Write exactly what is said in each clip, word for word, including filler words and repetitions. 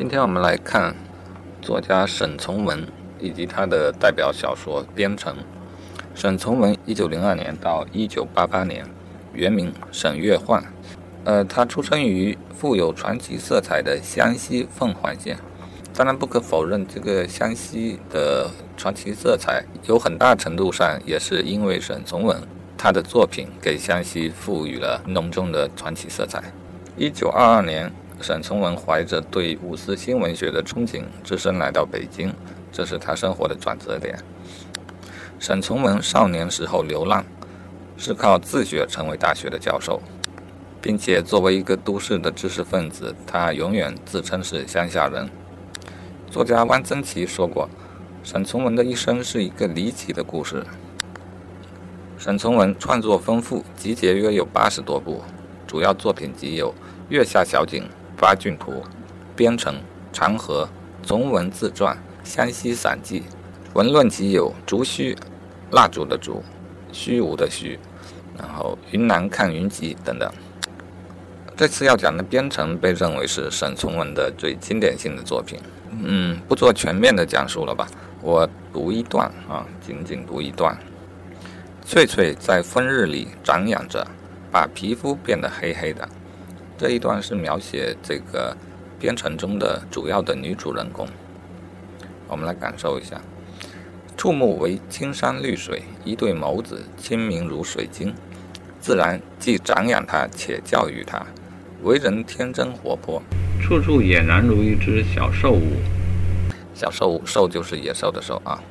今天我们来看作家沈从文以及他的代表小说《边城》。沈从文一九零二年到一九八八年，原名沈月焕。呃，他出生于富有传奇色彩的湘西凤凰县。当然不可否认，这个湘西的传奇色彩有很大程度上也是因为沈从文他的作品给湘西赋予了浓重的传奇色彩。一九二二年，沈从文怀着对五四新文学的憧憬，只身来到北京，这是他生活的转折点。沈从文少年时候流浪，是靠自学成为大学的教授，并且作为一个都市的知识分子，他永远自称是乡下人。作家汪曾祺说过，沈从文的一生是一个离奇的故事。沈从文创作丰富，集结约有八十多部，主要作品集有《月下小景》《八骏图》《边城》《长河》《从文自传》《湘西散记》。文论集有《竹虚》蜡烛的烛，虚无的虚，然后《云南看云集》等等。这次要讲的《边城》被认为是沈从文的最经典性的作品。嗯，不做全面的讲述了吧，我读一段啊，仅仅读一段。翠翠在风日里长养着，把皮肤变得黑黑的。这一段是描写这个边城中的主要的女主人公。我们来感受一下。触目为青山绿水，一对眸子清明如水晶，自然既长养他，且教育他，为人天真活泼，处处俨然如一只小兽物。小兽物，兽就是野兽的兽啊。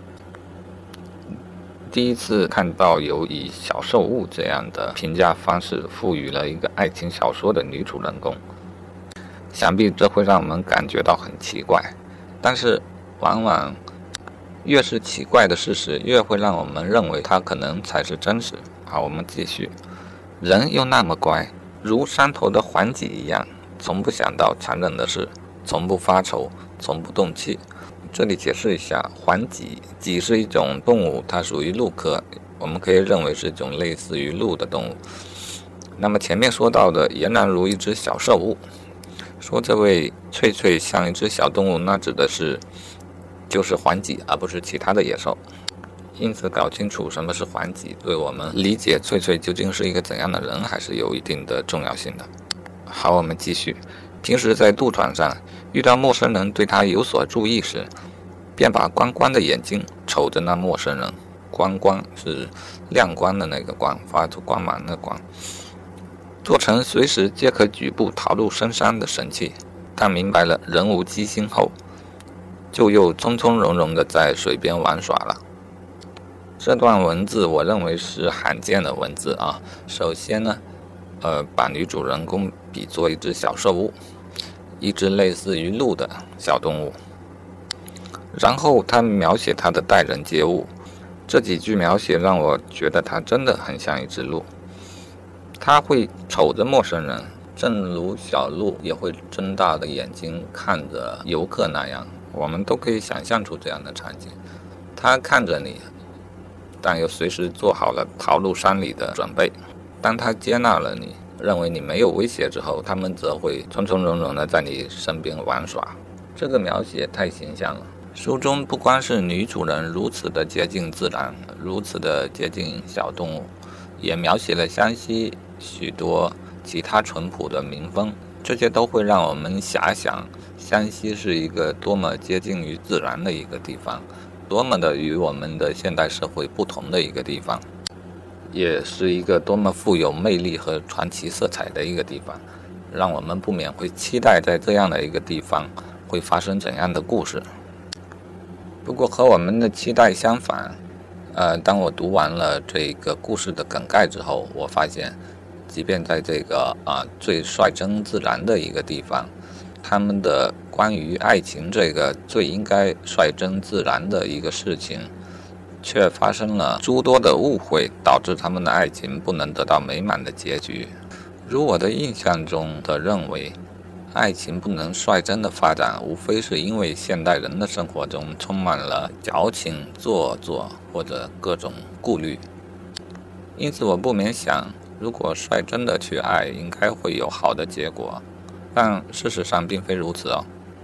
第一次看到有以小兽物这样的评价方式赋予了一个爱情小说的女主人公，想必这会让我们感觉到很奇怪，但是往往越是奇怪的事实，越会让我们认为它可能才是真实。好，我们继续。人又那么乖，如山头的环脊一样，从不想到残忍的事，从不发愁，从不动气。这里解释一下，环脊，脊是一种动物，它属于鹿科，我们可以认为是一种类似于鹿的动物。那么前面说到的俨然如一只小兽物，说这位翠翠像一只小动物，那指的是就是环脊，而不是其他的野兽。因此搞清楚什么是环脊，对我们理解翠翠究竟是一个怎样的人还是有一定的重要性的。好，我们继续。平时在渡船上遇到陌生人对他有所注意时，便把光光的眼睛瞅着那陌生人。光光是亮光的那个光，发出光芒的光，做成随时皆可举步逃入深山的神器。他明白了人无机心后，就又从从容容地在水边玩耍了。这段文字我认为是罕见的文字啊。首先呢，呃，把女主人公比作一只小兽物，一只类似于鹿的小动物。然后他描写她的待人接物，这几句描写让我觉得她真的很像一只鹿。她会瞅着陌生人，正如小鹿也会睁大的眼睛看着游客那样，我们都可以想象出这样的场景。她看着你，但又随时做好了逃入山里的准备。当他接纳了你，认为你没有威胁之后，他们则会从从容容地在你身边玩耍。这个描写太形象了。书中不光是女主人如此的接近自然，如此的接近小动物，也描写了湘西许多其他淳朴的民风，这些都会让我们遐想湘西是一个多么接近于自然的一个地方，多么的与我们的现代社会不同的一个地方，也是一个多么富有魅力和传奇色彩的一个地方，让我们不免会期待在这样的一个地方会发生怎样的故事。不过和我们的期待相反，呃，当我读完了这个故事的梗概之后，我发现即便在这个啊、呃、最率真自然的一个地方，他们的关于爱情这个最应该率真自然的一个事情，却发生了诸多的误会，导致他们的爱情不能得到美满的结局。如我的印象中的认为，爱情不能率真的发展，无非是因为现代人的生活中充满了矫情、做作或者各种顾虑。因此我不免想，如果率真的去爱，应该会有好的结果。但事实上并非如此哦。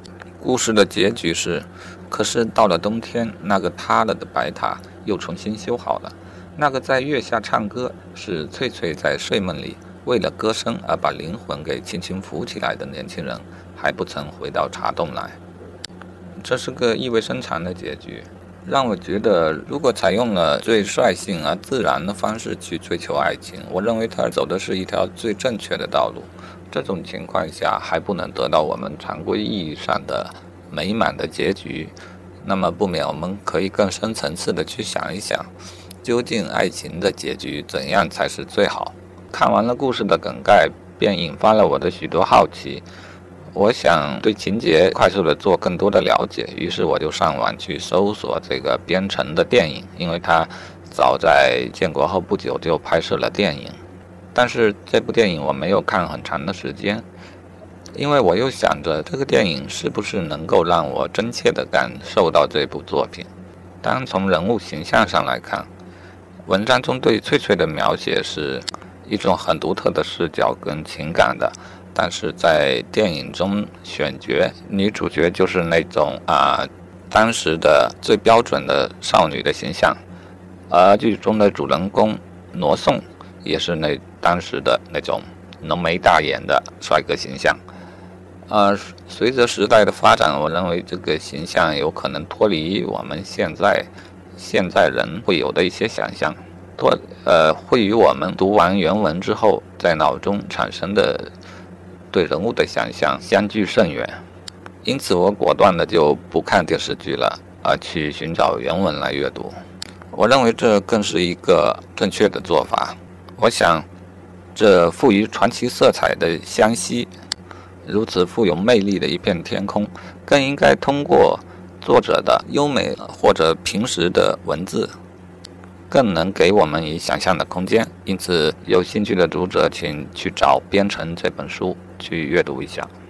故事的结局是，可是到了冬天，那个塌了的白塔又重新修好了。那个在月下唱歌，是翠翠在睡梦里为了歌声而把灵魂给轻轻扶起来的年轻人，还不曾回到茶洞来。这是个意味深长的结局，让我觉得如果采用了最率性而自然的方式去追求爱情，我认为他走的是一条最正确的道路。这种情况下还不能得到我们常规意义上的美满的结局，那么不免我们可以更深层次的去想一想，究竟爱情的结局怎样才是最好。看完了故事的梗概，便引发了我的许多好奇，我想对情节快速的做更多的了解，于是我就上网去搜索这个编程的电影，因为他早在建国后不久就拍摄了电影。但是这部电影我没有看很长的时间，因为我又想着这个电影是不是能够让我真切地感受到这部作品。单从人物形象上来看，文章中对翠翠的描写是一种很独特的视角跟情感的，但是在电影中选角女主角就是那种啊、呃、当时的最标准的少女的形象，而剧中的主人公罗宋也是那当时的那种浓眉大眼的帅哥形象。呃，随着时代的发展，我认为这个形象有可能脱离我们现在现在人会有的一些想象，脱呃会与我们读完原文之后在脑中产生的对人物的想象相距甚远。因此我果断的就不看电视剧了，而去寻找原文来阅读。我认为这更是一个正确的做法。我想这富于传奇色彩的湘西，如此富有魅力的一片天空，更应该通过作者的优美或者平实的文字，更能给我们以想象的空间。因此有兴趣的读者请去找《编程》这本书去阅读一下。